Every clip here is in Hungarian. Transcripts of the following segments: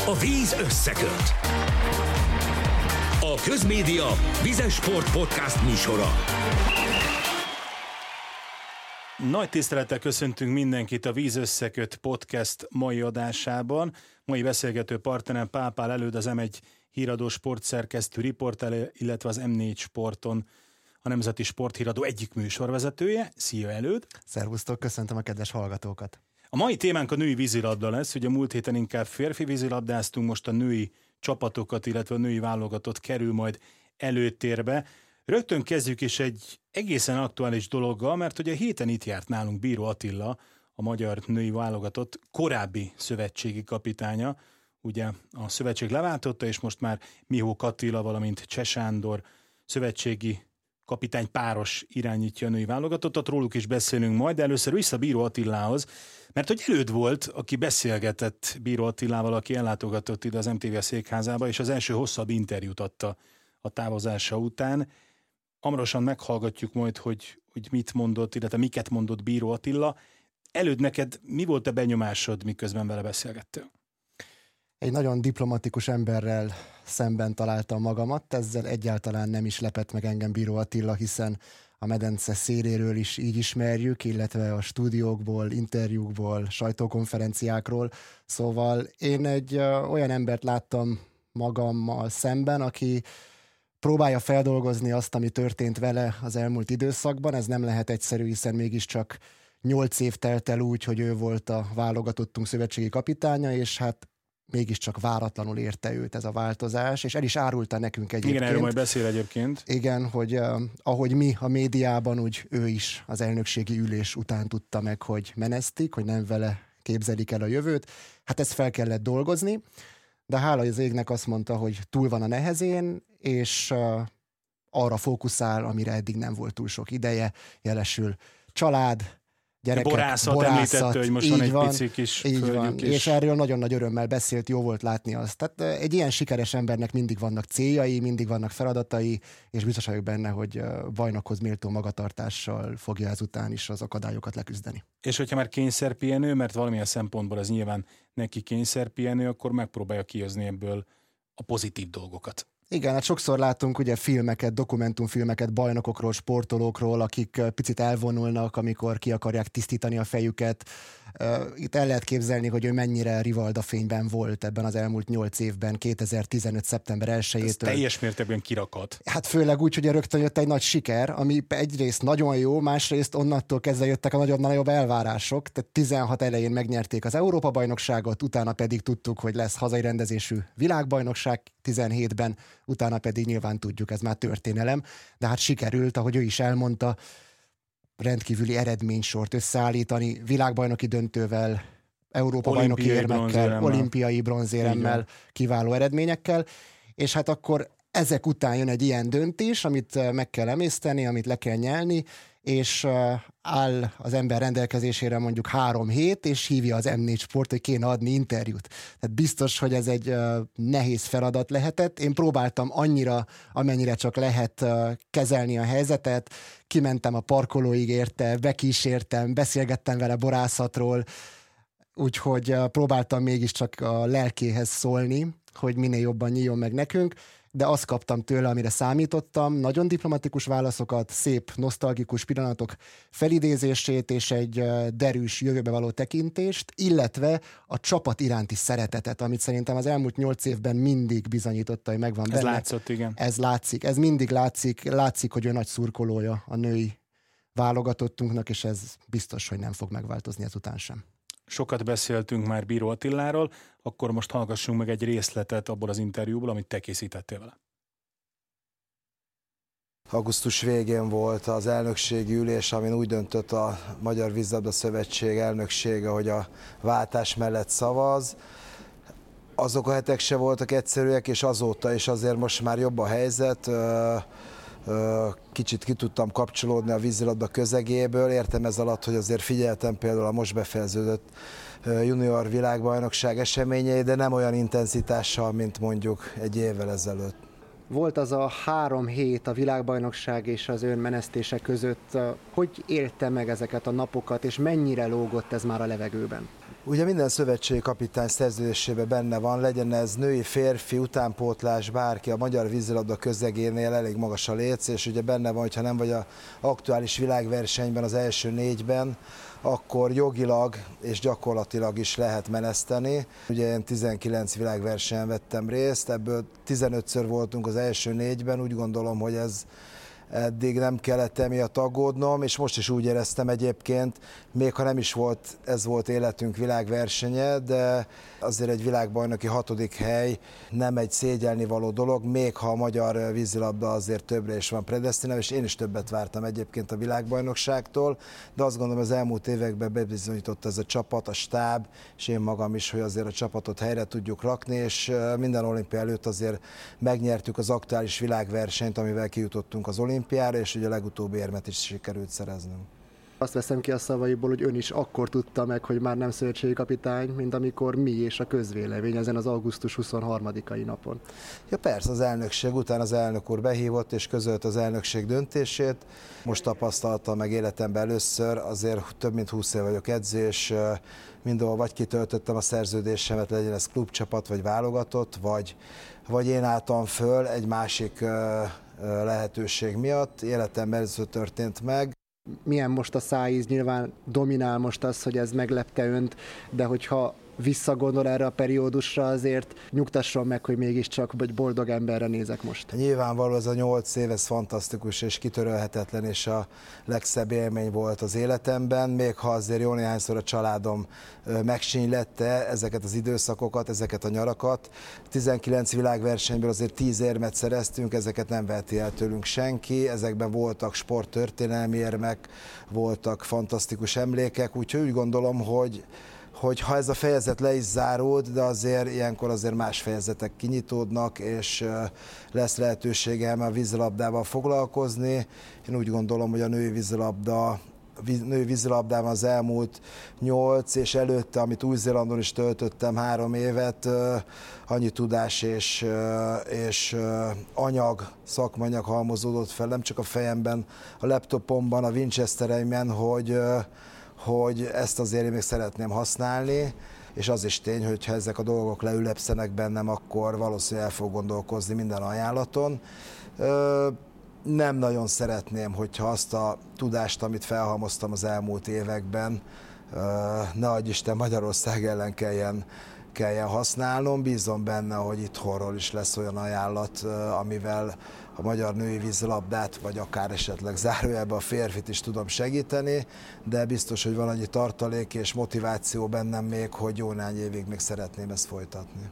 A víz összeköt. A Közmédia Vizes Sport Podcast műsora. Nagy tisztelettel köszöntünk mindenkit a Víz összeköt podcast mai adásában. Mai beszélgető partnerem Pál Pál Előd, az M1 híradó sportszerkesztő, riporter, illetve az M4 Sporton a Nemzeti Sporthíradó egyik műsorvezetője. Szia Előd! Szervusztok, köszöntöm a kedves hallgatókat! A mai témánk a női vízilabda lesz. Ugye múlt héten inkább férfi vízilabdáztunk, most a női csapatokat, illetve a női válogatott kerül majd előtérbe. Rögtön kezdjük is egy egészen aktuális dologgal, mert ugye a héten itt járt nálunk Bíró Attila, a magyar női válogatott korábbi szövetségi kapitánya. Ugye a szövetség leváltotta, és most már Mihók Attila, valamint Cseh Sándor szövetségi kapitány páros irányítja a női válogatottat. Róluk is beszélünk majd, de először vissza Bíró Attilához, mert hogy Előd volt, aki beszélgetett Bíró Attilával, aki ellátogatott ide az MTV székházába, és az első hosszabb interjút adta a távozása után. Hamarosan meghallgatjuk majd, hogy mit mondott, illetve miket mondott Bíró Attila. Előd, neked mi volt a benyomásod, miközben vele beszélgettél? Egy nagyon diplomatikus emberrel szemben találtam magamat, ezzel egyáltalán nem is lepett meg engem Bíró Attila, hiszen a medence széléről is így ismerjük, illetve a stúdiókból, interjúkból, sajtókonferenciákról. Szóval én egy olyan embert láttam magammal szemben, aki próbálja feldolgozni azt, ami történt vele az elmúlt időszakban. Ez nem lehet egyszerű, hiszen mégiscsak 8 év telt el úgy, hogy ő volt a válogatottunk szövetségi kapitánya, és hát mégiscsak váratlanul érte őt ez a változás, és el is árulta nekünk egyébként. Igen, erről majd beszél egyébként. Igen, hogy ahogy mi a médiában, úgy ő is az elnökségi ülés után tudta meg, hogy menesztik, hogy nem vele képzelik el a jövőt. Hát ezt fel kellett dolgozni, de hála az égnek azt mondta, hogy túl van a nehezén, és arra fókuszál, amire eddig nem volt túl sok ideje, jelesül család, gyerekek, borászat említette, hogy most van egy pici kis földjük is. És erről nagyon nagy örömmel beszélt, jó volt látni azt. Tehát egy ilyen sikeres embernek mindig vannak céljai, mindig vannak feladatai, és biztos vagyok benne, hogy bajnokhoz méltó magatartással fogja ezután is az akadályokat leküzdeni. És hogyha már kényszerpihenő, mert valamilyen szempontból ez nyilván neki kényszerpihenő, akkor megpróbálja kihozni ebből a pozitív dolgokat. Igen, hát sokszor látunk ugye filmeket, dokumentumfilmeket bajnokokról, sportolókról, akik picit elvonulnak, amikor ki akarják tisztítani a fejüket. Itt el lehet képzelni, hogy ő mennyire Rivalda fényben volt ebben az elmúlt 8 évben, 2015. szeptember 1-től. Ez teljes mértékben kirakat. Hát főleg úgy, hogy rögtön jött egy nagy siker, ami egyrészt nagyon jó, másrészt onnantól kezdve jöttek a nagyobb elvárások. Tehát 16 elején megnyerték az Európa-bajnokságot, utána pedig tudtuk, hogy lesz hazai rendezésű világbajnokság 17-ben, utána pedig nyilván tudjuk, ez már történelem, de hát sikerült, ahogy ő is elmondta, rendkívüli eredménysort összeállítani, világbajnoki döntővel, Európa-bajnoki érmekkel, olimpiai bronzéremmel, kiváló eredményekkel, és hát akkor ezek után jön egy ilyen döntés, amit meg kell emészteni, amit le kell nyelni, és áll az ember rendelkezésére mondjuk 3 hét, és hívja az M4 Sport, hogy kéne adni interjút. Tehát biztos, hogy ez egy nehéz feladat lehetett. Én próbáltam annyira, amennyire csak lehet kezelni a helyzetet. Kimentem a parkolóig érte, bekísértem, beszélgettem vele borászatról, úgyhogy próbáltam mégiscsak a lelkéhez szólni, hogy minél jobban nyíljon meg nekünk, de azt kaptam tőle, amire számítottam, nagyon diplomatikus válaszokat, szép, nosztalgikus pillanatok felidézését és egy derűs jövőbe való tekintést, illetve a csapat iránti szeretetet, amit szerintem az elmúlt 8 évben mindig bizonyította, hogy megvan benne. Ez látszott, igen. Ez látszik, ez mindig látszik, hogy ő nagy szurkolója a női válogatottunknak, és ez biztos, hogy nem fog megváltozni ezután sem. Sokat beszéltünk már Bíró Attiláról, akkor most hallgassunk meg egy részletet abból az interjúból, amit te készítettél vele. Augusztus végén volt az elnökségi ülés, amin úgy döntött a Magyar Vízilabda Szövetség elnöksége, hogy a váltás mellett szavaz. Azok a hetek se voltak egyszerűek, és azóta is azért most már jobb a helyzet. Kicsit ki tudtam kapcsolódni a vízilabda közegéből. Értem ez alatt, hogy azért figyeltem például a most befejeződött junior világbajnokság eseményei, de nem olyan intenzitással, mint mondjuk egy évvel ezelőtt. Volt az a 3 hét a világbajnokság és az ön menesztése között. Hogy élte meg ezeket a napokat, és mennyire lógott ez már a levegőben? Ugye minden szövetségi kapitány szerződésében benne van, legyen ez női, férfi, utánpótlás, bárki, a magyar vízilabda közegénél elég magas a léc, és ugye benne van, hogyha nem vagy az aktuális világversenyben az első 4-ben, akkor jogilag és gyakorlatilag is lehet meneszteni. Ugye én 19 világversenyen vettem részt, ebből 15-ször voltunk az első 4-ben, úgy gondolom, hogy ez eddig nem kellett emiatt aggódnom, és most is úgy éreztem egyébként, még ha nem is volt életünk világversenye, de azért egy világbajnoki 6. hely nem egy szégyelnivaló dolog, még ha a magyar vízilabda azért többre is van predesztinálva, és én is többet vártam egyébként a világbajnokságtól, de azt gondolom, az elmúlt években bebizonyított ez a csapat, a stáb, és én magam is, hogy azért a csapatot helyre tudjuk rakni, és minden olimpia előtt azért megnyertük az aktuális világversenyt, amivel kijutottunk az olimpiára, és ugye a legutóbbi érmet is sikerült szereznünk. Azt veszem ki a szavaiból, hogy ön is akkor tudta meg, hogy már nem szövetségi kapitány, mint amikor mi és a közvélemény ezen az augusztus 23-ai napon. Ja persze, az elnökség után az elnök úr behívott és közölt az elnökség döntését. Most tapasztaltam meg életemben először, azért több mint 20 év vagyok edző, és mindenhol vagy kitöltöttem a szerződésemet, legyen ez klubcsapat vagy válogatott, vagy én álltam föl egy másik lehetőség miatt. Életemben először történt meg. Milyen most a szájíz? Nyilván dominál most az, hogy ez meglepte önt, de hogyha visszagondol erre a periódusra, azért nyugtasson meg, hogy mégiscsak egy boldog emberre nézek most. Nyilvánvaló ez a 8 év, ez fantasztikus és kitörölhetetlen, és a legszebb élmény volt az életemben, még ha azért jó néhányszor a családom megsínylette ezeket az időszakokat, ezeket a nyarakat. 19 világversenyből azért 10 érmet szereztünk, ezeket nem veheti el tőlünk senki, ezekben voltak sporttörténelmi érmek, voltak fantasztikus emlékek, úgyhogy úgy gondolom, hogy ha ez a fejezet le is zárult, de azért ilyenkor azért más fejezetek kinyitódnak, és lesz lehetőségem a vízilabdával foglalkozni. Én úgy gondolom, hogy a női vízilabdában az elmúlt 8 és előtte, amit Új-Zélandon is töltöttem 3 évet, annyi tudás és szakmanyag halmozódott fel, nem csak a fejemben, a laptopomban, a Winchestereimben, hogy ezt azért én még szeretném használni, és az is tény, hogy ha ezek a dolgok leülepszenek bennem, akkor valószínűleg el fog gondolkozni minden ajánlaton. Nem nagyon szeretném, hogyha azt a tudást, amit felhalmoztam az elmúlt években, ne adj Isten, Magyarország ellen kelljen használnom. Bízom benne, hogy itthonról is lesz olyan ajánlat, amivel a magyar női vízilabdát, vagy akár esetleg zárójelben a férfit is tudom segíteni, de biztos, hogy van annyi tartalék és motiváció bennem még, hogy jó néhány évig még szeretném ezt folytatni.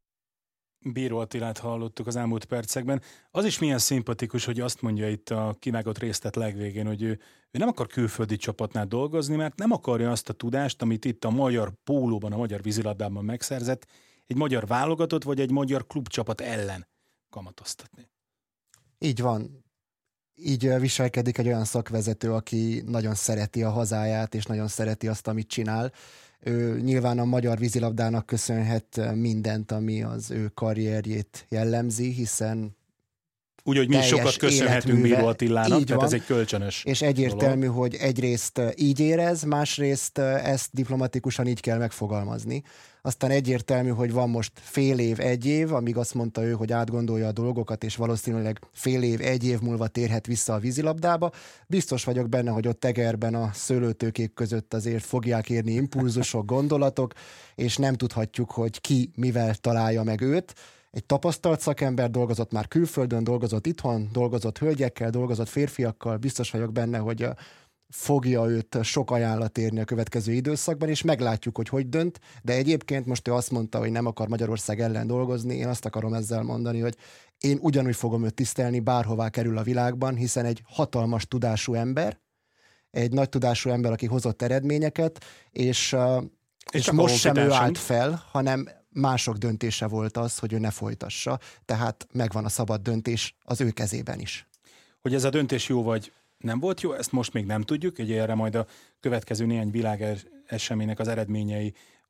Bíró Attilát hallottuk az elmúlt percekben. Az is milyen szimpatikus, hogy azt mondja itt a kivágott részlet legvégén, hogy ő nem akar külföldi csapatnál dolgozni, mert nem akarja azt a tudást, amit itt a magyar pólóban, a magyar vízilabdában megszerzett, egy magyar válogatott vagy egy magyar klubcsapat ellen kamatoztatni. Így van. Így viselkedik egy olyan szakvezető, aki nagyon szereti a hazáját, és nagyon szereti azt, amit csinál. Ő nyilván a magyar vízilabdának köszönhet mindent, ami az ő karrierjét jellemzi, hiszen úgy, hogy mi sokat köszönhetünk Bíró Attilának, tehát ez egy kölcsönös és egyértelmű, dolog. hogy egyrészt így érez, másrészt ezt diplomatikusan így kell megfogalmazni. Aztán egyértelmű, hogy van most fél év, 1 év, amíg azt mondta ő, hogy átgondolja a dolgokat, és valószínűleg fél év, 1 év múlva térhet vissza a vízilabdába. Biztos vagyok benne, hogy ott Egerben a szőlőtőkék között azért fogják érni impulzusok, gondolatok, és nem tudhatjuk, hogy ki mivel találja meg őt. Egy tapasztalt szakember, dolgozott már külföldön, dolgozott itthon, dolgozott hölgyekkel, dolgozott férfiakkal, biztos vagyok benne, hogy fogja őt sok ajánlat érni a következő időszakban, és meglátjuk, hogy dönt, de egyébként most ő azt mondta, hogy nem akar Magyarország ellen dolgozni, én azt akarom ezzel mondani, hogy én ugyanúgy fogom őt tisztelni, bárhová kerül a világban, hiszen egy hatalmas tudású ember, egy nagy tudású ember, aki hozott eredményeket, és most sem ő állt fel, hanem mások döntése volt az, hogy ő ne folytassa, tehát megvan a szabad döntés az ő kezében is. Hogy ez a döntés jó vagy nem volt jó, ezt most még nem tudjuk, ugye erre majd a következő néhány világeseménynek az eredményei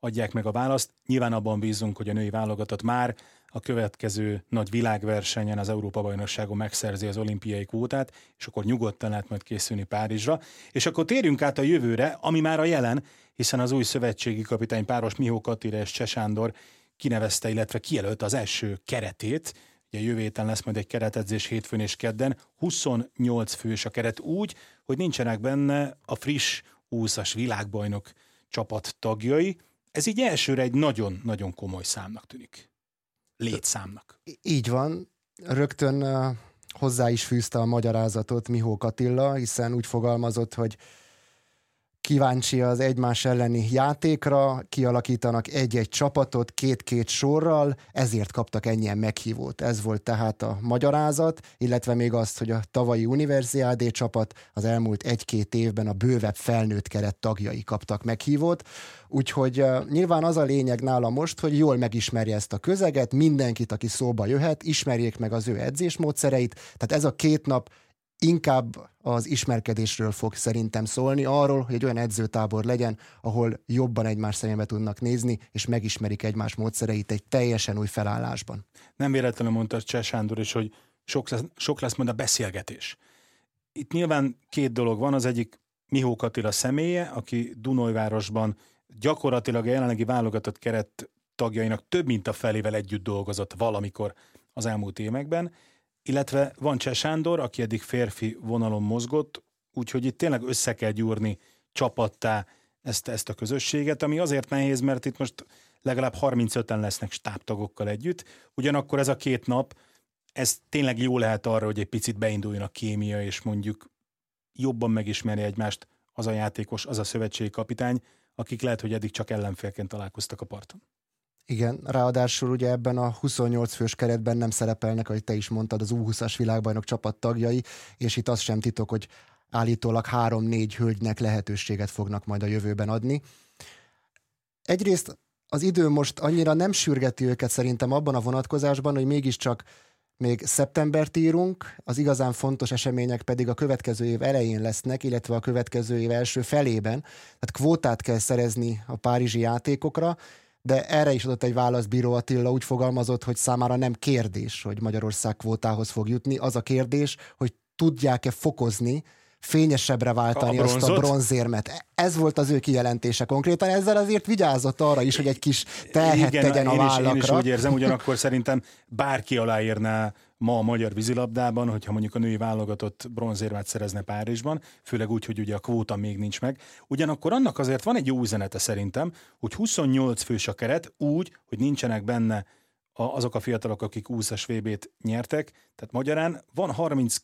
adják meg a választ. Nyilván abban bízunk, hogy a női válogatott már a következő nagy világversenyen, az Európa-bajnokságon megszerzi az olimpiai kvótát, és akkor nyugodtan lehet majd készülni Párizsra. És akkor térjünk át a jövőre, ami már a jelen, hiszen az új szövetségi kapitány páros Mihók Attila és Cseh Sándor kinevezte, illetve kijelölte az első keretét. Ugye jövő héten lesz majd egy keretedzés hétfőn és kedden. 28 fős a keret úgy, hogy nincsenek benne a friss 20-as világbajnok csapat tagjai. Ez így elsőre egy nagyon-nagyon komoly számnak tűnik. Létszámnak. Így van. Rögtön hozzá is fűzte a magyarázatot Mihók Attila, hiszen úgy fogalmazott, hogy kíváncsi az egymás elleni játékra, kialakítanak egy-egy csapatot két-két sorral, ezért kaptak ennyien meghívót. Ez volt tehát a magyarázat, illetve még azt, hogy a tavalyi Universiádé csapat az elmúlt egy-két évben a bővebb felnőtt keret tagjai kaptak meghívót. Úgyhogy nyilván az a lényeg nála most, hogy jól megismerje ezt a közeget, mindenkit, aki szóba jöhet, ismerjék meg az ő edzésmódszereit, tehát ez a 2 nap inkább az ismerkedésről fog szerintem szólni, arról, hogy egy olyan edzőtábor legyen, ahol jobban egymás szemébe tudnak nézni, és megismerik egymás módszereit egy teljesen új felállásban. Nem véletlenül mondta Cseh Sándor is, hogy sok lesz majd a beszélgetés. Itt nyilván 2 dolog van, az egyik Mihók Attila személye, aki Dunajvárosban gyakorlatilag a jelenlegi válogatott keret tagjainak több mint a felével együtt dolgozott valamikor az elmúlt években, illetve van Cseh Sándor, aki eddig férfi vonalon mozgott, úgyhogy itt tényleg össze kell gyúrni csapattá ezt a közösséget, ami azért nehéz, mert itt most legalább 35-en lesznek stábtagokkal együtt, ugyanakkor ez a 2 nap, ez tényleg jó lehet arra, hogy egy picit beinduljon a kémia, és mondjuk jobban megismerje egymást az a játékos, az a szövetségi kapitány, akik lehet, hogy eddig csak ellenfélként találkoztak a parton. Igen, ráadásul ugye ebben a 28 fős keretben nem szerepelnek, ahogy te is mondtad, az U20-as világbajnok csapat tagjai, és itt az sem titok, hogy állítólag 3-4 hölgynek lehetőséget fognak majd a jövőben adni. Egyrészt az idő most annyira nem sürgeti őket szerintem abban a vonatkozásban, hogy mégiscsak még szeptembert írunk, az igazán fontos események pedig a következő év elején lesznek, illetve a következő év első felében. Tehát kvótát kell szerezni a párizsi játékokra, de erre is adott egy választ Bíró Attila, úgy fogalmazott, hogy számára nem kérdés, hogy Magyarország kvótához fog jutni. Az a kérdés, hogy tudják-e fokozni, fényesebbre váltani azt a bronzérmet. Ez volt az ő kijelentése konkrétan, ezzel azért vigyázott arra is, hogy egy kis terhet tegyen a vállakra. Én is úgy érzem, ugyanakkor szerintem bárki aláírná ma a magyar vízilabdában, hogyha mondjuk a női válogatott bronzérmet szerezne Párizsban, főleg úgy, hogy ugye a kvóta még nincs meg. Ugyanakkor annak azért van egy jó üzenete szerintem, hogy 28 fős a keret úgy, hogy nincsenek benne azok a fiatalok, akik 20-as VB-t nyertek, tehát magyarán van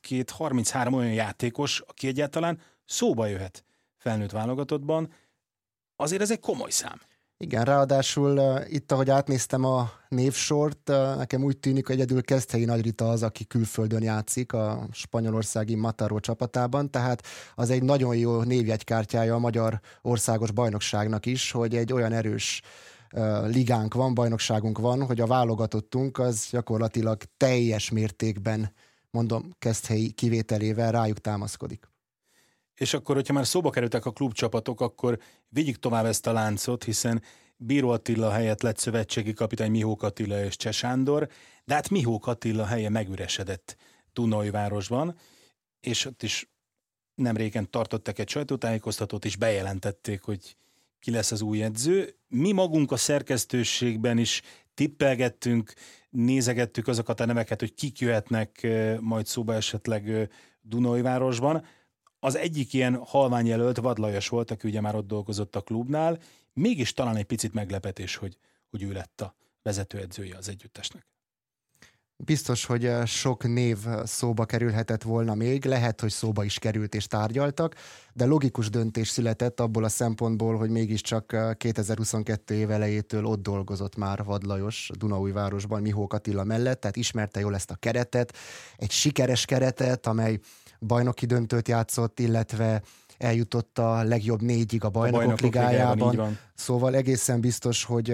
32-33 olyan játékos, aki egyáltalán szóba jöhet felnőtt válogatottban, azért ez egy komoly szám. Igen, ráadásul itt, ahogy átnéztem a névsort, nekem úgy tűnik, hogy egyedül Keszthelyi Nagy Rita az, aki külföldön játszik a spanyolországi Mataró csapatában, tehát az egy nagyon jó névjegykártyája a magyar országos bajnokságnak is, hogy egy olyan erős ligánk van, bajnokságunk van, hogy a válogatottunk az gyakorlatilag teljes mértékben, mondom, Keszthelyi kivételével rájuk támaszkodik. És akkor, hogyha már szóba kerültek a klubcsapatok, akkor vigyük tovább ezt a láncot, hiszen Bíró Attila helyett lett szövetségi kapitány Mihók Attila és Cseh Sándor, de hát Mihók Attila helye megüresedett Dunajvárosban, és ott is nemrégen tartottak egy sajtótájékoztatót, és bejelentették, hogy ki lesz az új edző. Mi magunk a szerkesztőségben is tippelgettünk, nézegettük azokat a neveket, hogy kik jöhetnek majd szóba esetleg Dunajvárosban. Az egyik ilyen halványjelölt Vad Lajos volt, aki ugye már ott dolgozott a klubnál, mégis talán egy picit meglepetés, hogy ő lett a vezetőedzője az együttesnek. Biztos, hogy sok név szóba kerülhetett volna még, lehet, hogy szóba is került és tárgyaltak, de logikus döntés született abból a szempontból, hogy mégiscsak 2022 év elejétől ott dolgozott már Vad Lajos Dunaújvárosban Mihók Attila mellett, tehát ismerte jól ezt a keretet, egy sikeres keretet, amely bajnoki döntőt játszott, illetve eljutott a legjobb 4-ig a bajnokok ligájában. Szóval egészen biztos, hogy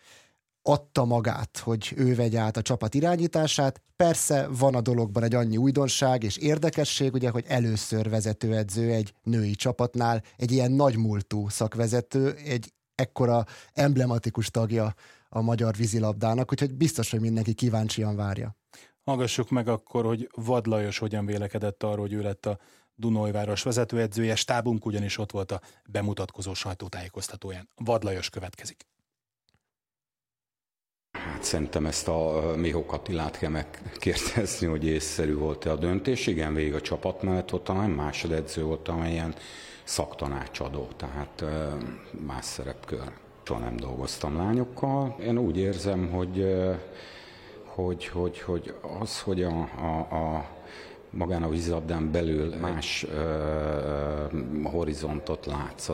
adta magát, hogy ő vegye át a csapat irányítását. Persze van a dologban egy annyi újdonság és érdekesség, ugye, hogy először vezetőedző egy női csapatnál, egy ilyen nagymúltú szakvezető, egy ekkora emblematikus tagja a magyar vízilabdának, úgyhogy biztos, hogy mindenki kíváncsian várja. Hallgassuk meg akkor, hogy Vad Lajos hogyan vélekedett arról, hogy ő lett a Dunaújváros vezetőedzője. Stábunk ugyanis ott volt a bemutatkozó sajtótájékoztatóján. Vad Lajos következik. Hát szerintem ezt a Miho Attilát kell megkérdezni, hogy észszerű volt-e a döntés. Igen, végig a csapat mellett voltam, nem másodedző voltam, ilyen szaktanácsadó, tehát más szerepkör. Soha nem dolgoztam lányokkal. Én úgy érzem, hogy magán a vízilabdán belül más horizontot látsz,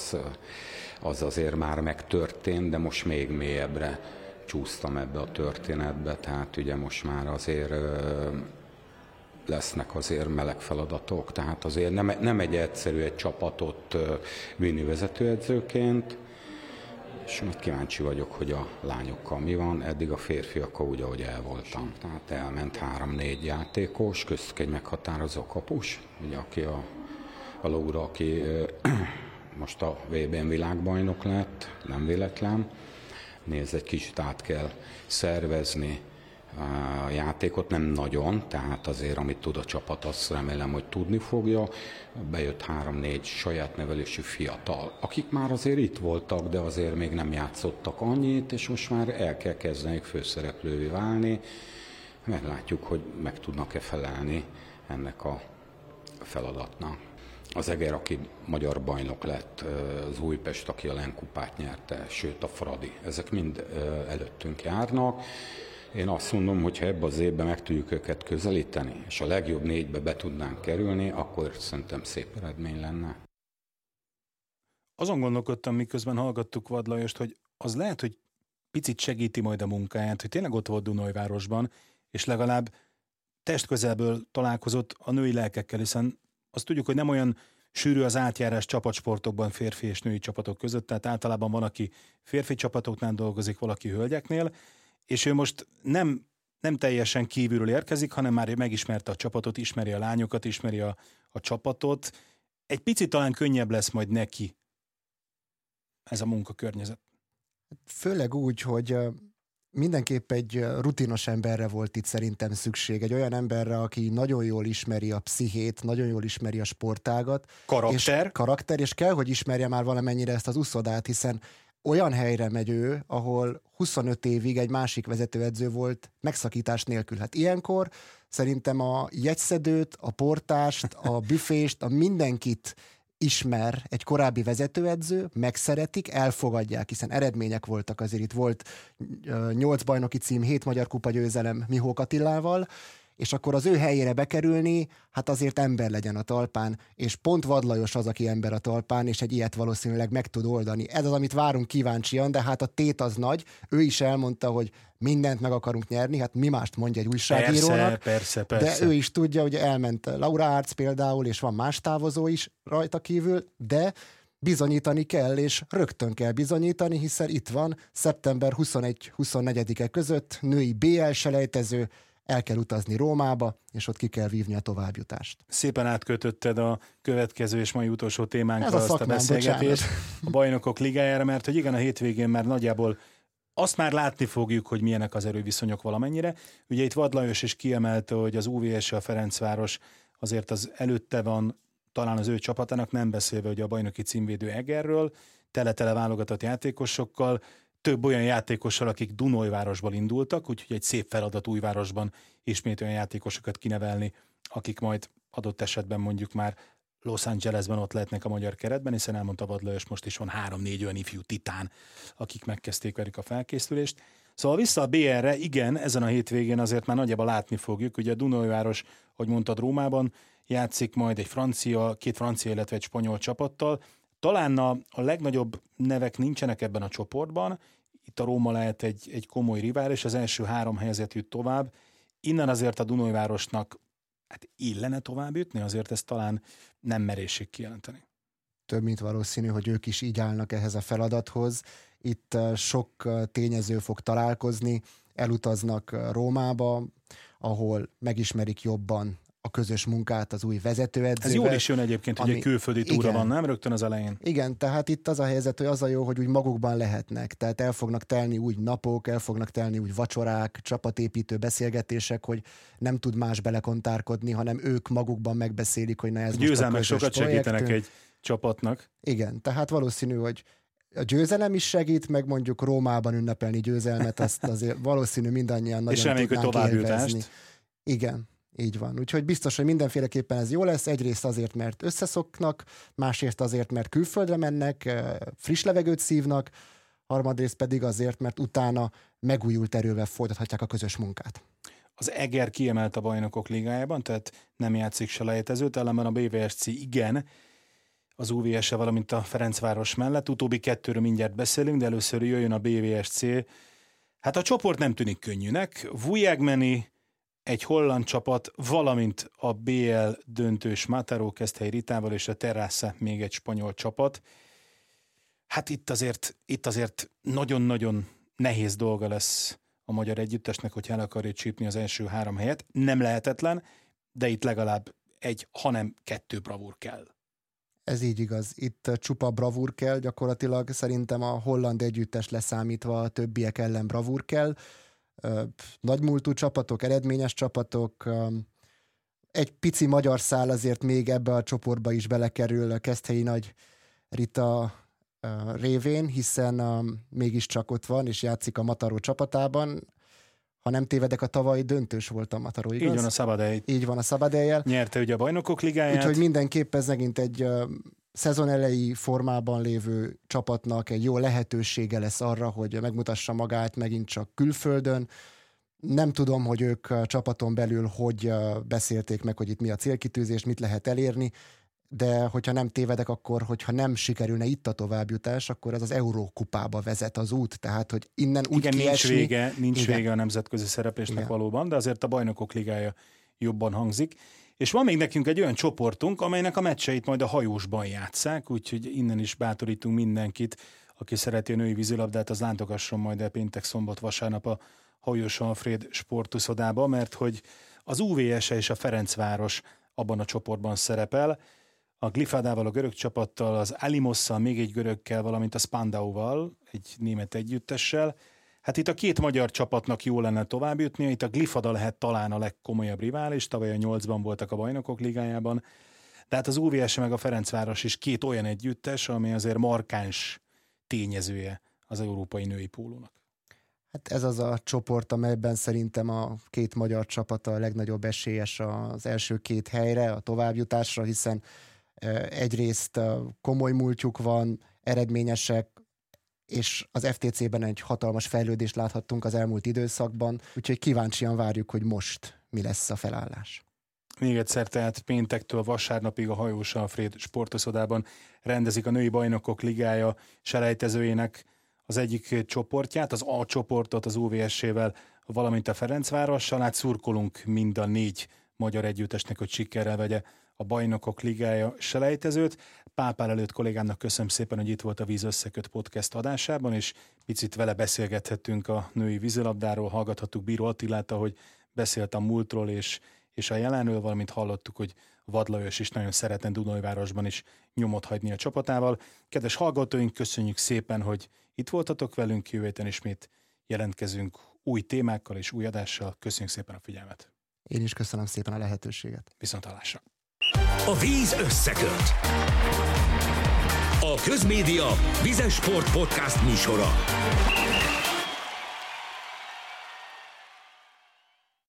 az azért már megtörtént, de most még mélyebbre csúsztam ebbe a történetbe, tehát ugye most már azért lesznek azért meleg feladatok, tehát azért nem egy egyszerű egy csapatot vinni vezetőedzőként, és most kíváncsi vagyok, hogy a lányokkal mi van, eddig a férfiakkal úgy, ahogy el voltam. Tehát elment 3-4 játékos, köztük egy meghatározó kapus, ugye, aki a Laura, aki most a VB-n világbajnok lett, nem véletlen. Nézd, egy kicsit át kell szervezni a játékot, nem nagyon, tehát azért, amit tud a csapat, azt remélem, hogy tudni fogja. Bejött 3-4 saját nevelésű fiatal, akik már azért itt voltak, de azért még nem játszottak annyit, és most már el kell kezdeni főszereplővé válni. Meglátjuk, hogy meg tudnak-e felelni ennek a feladatnak. Az Eger, aki magyar bajnok lett, az Újpest, aki a Lenkupát nyerte, sőt a Fradi, ezek mind előttünk járnak. Én azt mondom, hogy ha ebbe az évben meg tudjuk őket közelíteni, és a legjobb 4-be be tudnánk kerülni, akkor szerintem szép eredmény lenne. Azon gondolkodtam, miközben hallgattuk Vad Lajost, hogy az lehet, hogy picit segíti majd a munkáját, hogy tényleg ott volt Dunaújvárosban, és legalább testközelből találkozott a női lelkekkel, hiszen azt tudjuk, hogy nem olyan sűrű az átjárás csapatsportokban férfi és női csapatok között, tehát általában van, aki férfi csapatoknál dolgozik, valaki hölgyeknél, és ő most nem teljesen kívülről érkezik, hanem már megismerte a csapatot, ismeri a lányokat, ismeri a csapatot. Egy picit talán könnyebb lesz majd neki ez a munkakörnyezet. Főleg úgy, hogy mindenképp egy rutinos emberre volt itt szerintem szükség. Egy olyan emberre, aki nagyon jól ismeri a pszichét, nagyon jól ismeri a sportágat. Karakter, és kell, hogy ismerje már valamennyire ezt az uszodát, hiszen olyan helyre megy ő, ahol 25 évig egy másik vezetőedző volt megszakítás nélkül. Hát ilyenkor szerintem a jegyszedőt, a portást, a büfést, a mindenkit ismer egy korábbi vezetőedző, megszeretik, elfogadják, hiszen eredmények voltak azért. Itt volt 8 bajnoki cím, 7 magyar kupa győzelem Miho Attilával, és akkor az ő helyére bekerülni, hát azért ember legyen a talpán, és pont Vad Lajos az, aki ember a talpán, és egy ilyet valószínűleg meg tud oldani. Ez az, amit várunk kíváncsian, de hát a tét az nagy. Ő is elmondta, hogy mindent meg akarunk nyerni, hát mi mást mondja egy újságírónak. Persze. De ő is tudja, hogy elment Laura Árc például, és van más távozó is rajta kívül, de bizonyítani kell, és rögtön kell bizonyítani, hiszen itt van szeptember 21-24-e között női BL selejtező, el kell utazni Rómába, és ott ki kell vívni a továbbjutást. Szépen átkötötted a következő és mai utolsó témánkra azt a beszélgetést a Bajnokok Ligájára, mert hogy igen, a hétvégén már nagyjából azt már látni fogjuk, hogy milyenek az erőviszonyok valamennyire. Ugye itt Vad Lajos is kiemelte, hogy az UVS a Ferencváros azért az előtte van, talán az ő csapatának, nem beszélve ugye a bajnoki címvédő Egerről, tele-tele válogatott játékosokkal, több olyan játékossal, akik Dunaújvárosból indultak, úgyhogy egy szép feladat Újvárosban ismét olyan játékosokat kinevelni, akik majd adott esetben mondjuk már Los Angelesben ott lehetnek a magyar keretben, hiszen elmondta Vad Lajos, most is van 3-4 olyan ifjú titán, akik megkezdték velük a felkészülést. Szóval vissza a BR-re, igen, ezen a hétvégén azért már nagyjából látni fogjuk, ugye a Dunaújváros, hogy mondtad, Rómában játszik majd két francia, illetve egy spanyol csapattal. Talán a legnagyobb nevek nincsenek ebben a csoportban, itt a Róma lehet egy komoly rivális, az első 3 helyezett jut tovább. Innen azért a Dunaújvárosnak illene tovább jutni, azért ezt talán nem merészség kijelenteni. Több mint valószínű, hogy ők is így állnak ehhez a feladathoz. Itt sok tényező fog találkozni, elutaznak Rómába, ahol megismerik jobban a közös munkát az új vezetőedzővel. Ez jól is jön egyébként, hogy egy külföldi túra van, nem? Rögtön az elején. Igen, tehát itt az a helyzet, hogy az a jó, hogy úgy magukban lehetnek. Tehát el fognak telni úgy napok, el fognak telni úgy vacsorák, csapatépítő beszélgetések, hogy nem tud más belekontárkodni, hanem ők magukban megbeszélik, hogy na ez most a közös sokat segítenek egy csapatnak. Igen, tehát valószínű, hogy a győzelem is segít, meg mondjuk Rómában ünnepelni győzelmet, azt azért valószínű mindannyian nagyon tudnánk élvezni. Igen. Így van. Úgyhogy biztos, hogy mindenféleképpen ez jó lesz. Egyrészt azért, mert összeszoknak, másrészt azért, mert külföldre mennek, friss levegőt szívnak, harmadrészt pedig azért, mert utána megújult erővel folytathatják a közös munkát. Az Eger kiemelt a Bajnokok Ligájában, tehát nem játszik selejtezőt, ellenben a BVSC igen, az UVS-e, valamint a Ferencváros mellett. Utóbbi kettőről mindjárt beszélünk, de először jöjjön a BVSC. Hát a csoport nem tűnik könnyűnek. Vujagjmeni, egy holland csapat, valamint a BL döntős Mataró Keszthelyi Ritával és a Terrassa még egy spanyol csapat. Hát itt azért nagyon-nagyon nehéz dolga lesz a magyar együttesnek, hogy el akarja csípni az első 3 helyet. Nem lehetetlen, de itt legalább egy, hanem 2 bravúr kell. Ez így igaz. Itt csupa bravúr kell, gyakorlatilag szerintem a holland együttes leszámítva a többiek ellen bravúr kell. Nagymúltú csapatok, eredményes csapatok, egy pici magyar szál azért még ebbe a csoportba is belekerül a Keszthelyi Nagy Rita révén, hiszen mégiscsak ott van, és játszik a Mataró csapatában. Ha nem tévedek, a tavalyi döntős volt a Mataró, igaz? Így van, a Sabadell. Így van, a Sabadell-jel. Nyerte ugye a Bajnokok Ligáját. Úgyhogy mindenképp ez megint egy szezon elejé formában lévő csapatnak egy jó lehetősége lesz arra, hogy megmutassa magát megint csak külföldön. Nem tudom, hogy ők a csapaton belül hogy beszélték meg, hogy itt mi a célkitűzés, mit lehet elérni, de hogyha nem tévedek, akkor, hogyha nem sikerülne itt a továbbjutás, akkor ez az Eurókupába vezet az út, tehát, hogy innen úgy igen, kiesni... nincs vége a nemzetközi szereplésnek igen. Valóban, de azért a Bajnokok Ligája jobban hangzik. És van még nekünk egy olyan csoportunk, amelynek a meccseit majd a hajósban játsszák, úgyhogy innen is bátorítunk mindenkit, aki szereti a női vízilabdát, az látogasson majd el péntek, szombat, vasárnap a Hajós Alfréd sportuszodába, mert hogy az UVS-e és a Ferencváros abban a csoportban szerepel, a Glifadával, a görög csapattal, az Alimosszal, még egy görögkel, valamint a Spandauval, egy német együttessel. Hát itt a 2 magyar csapatnak jó lenne továbbjutnia, itt a Glifada lehet talán a legkomolyabb rivális, tavaly a 8-ban voltak a Bajnokok Ligájában, de hát az UVS meg a Ferencváros is 2 olyan együttes, ami azért markáns tényezője az európai női pólónak. Hát ez az a csoport, amelyben szerintem a 2 magyar csapata a legnagyobb esélyes az első 2 helyre, a továbbjutásra, hiszen egyrészt komoly múltjuk van, eredményesek, és az FTC-ben egy hatalmas fejlődést láthattunk az elmúlt időszakban, úgyhogy kíváncsian várjuk, hogy most mi lesz a felállás. Még egyszer, tehát péntektől vasárnapig a Hajós Alfréd sportuszodában rendezik a Női Bajnokok Ligája selejtezőjének az egyik csoportját, az A csoportot az UVS-ével, valamint a Ferencvárossal. Hát szurkolunk mind a 4 magyar együttesnek, hogy sikerrel vegye a Bajnokok Ligája selejtezőt. Pápál előtt kollégámnak köszönöm szépen, hogy itt volt a Víz Összeköt podcast adásában, és picit vele beszélgethettünk a női vízilabdáról, hallgathattuk Bíró Attilát, ahogy beszélt a múltról és a jelenről, valamint hallottuk, hogy Vad Lajos is nagyon szeretne Dunajvárosban is nyomot hagyni a csapatával. Kedves hallgatóink, köszönjük szépen, hogy itt voltatok velünk, jövő héten ismét jelentkezünk új témákkal és új adással. Köszönjük szépen a figyelmet. Én is köszönöm szépen a lehetőséget. Viszonthallásra. A Víz Összeköt. A Közmédia Vizes Sport Podcast műsora.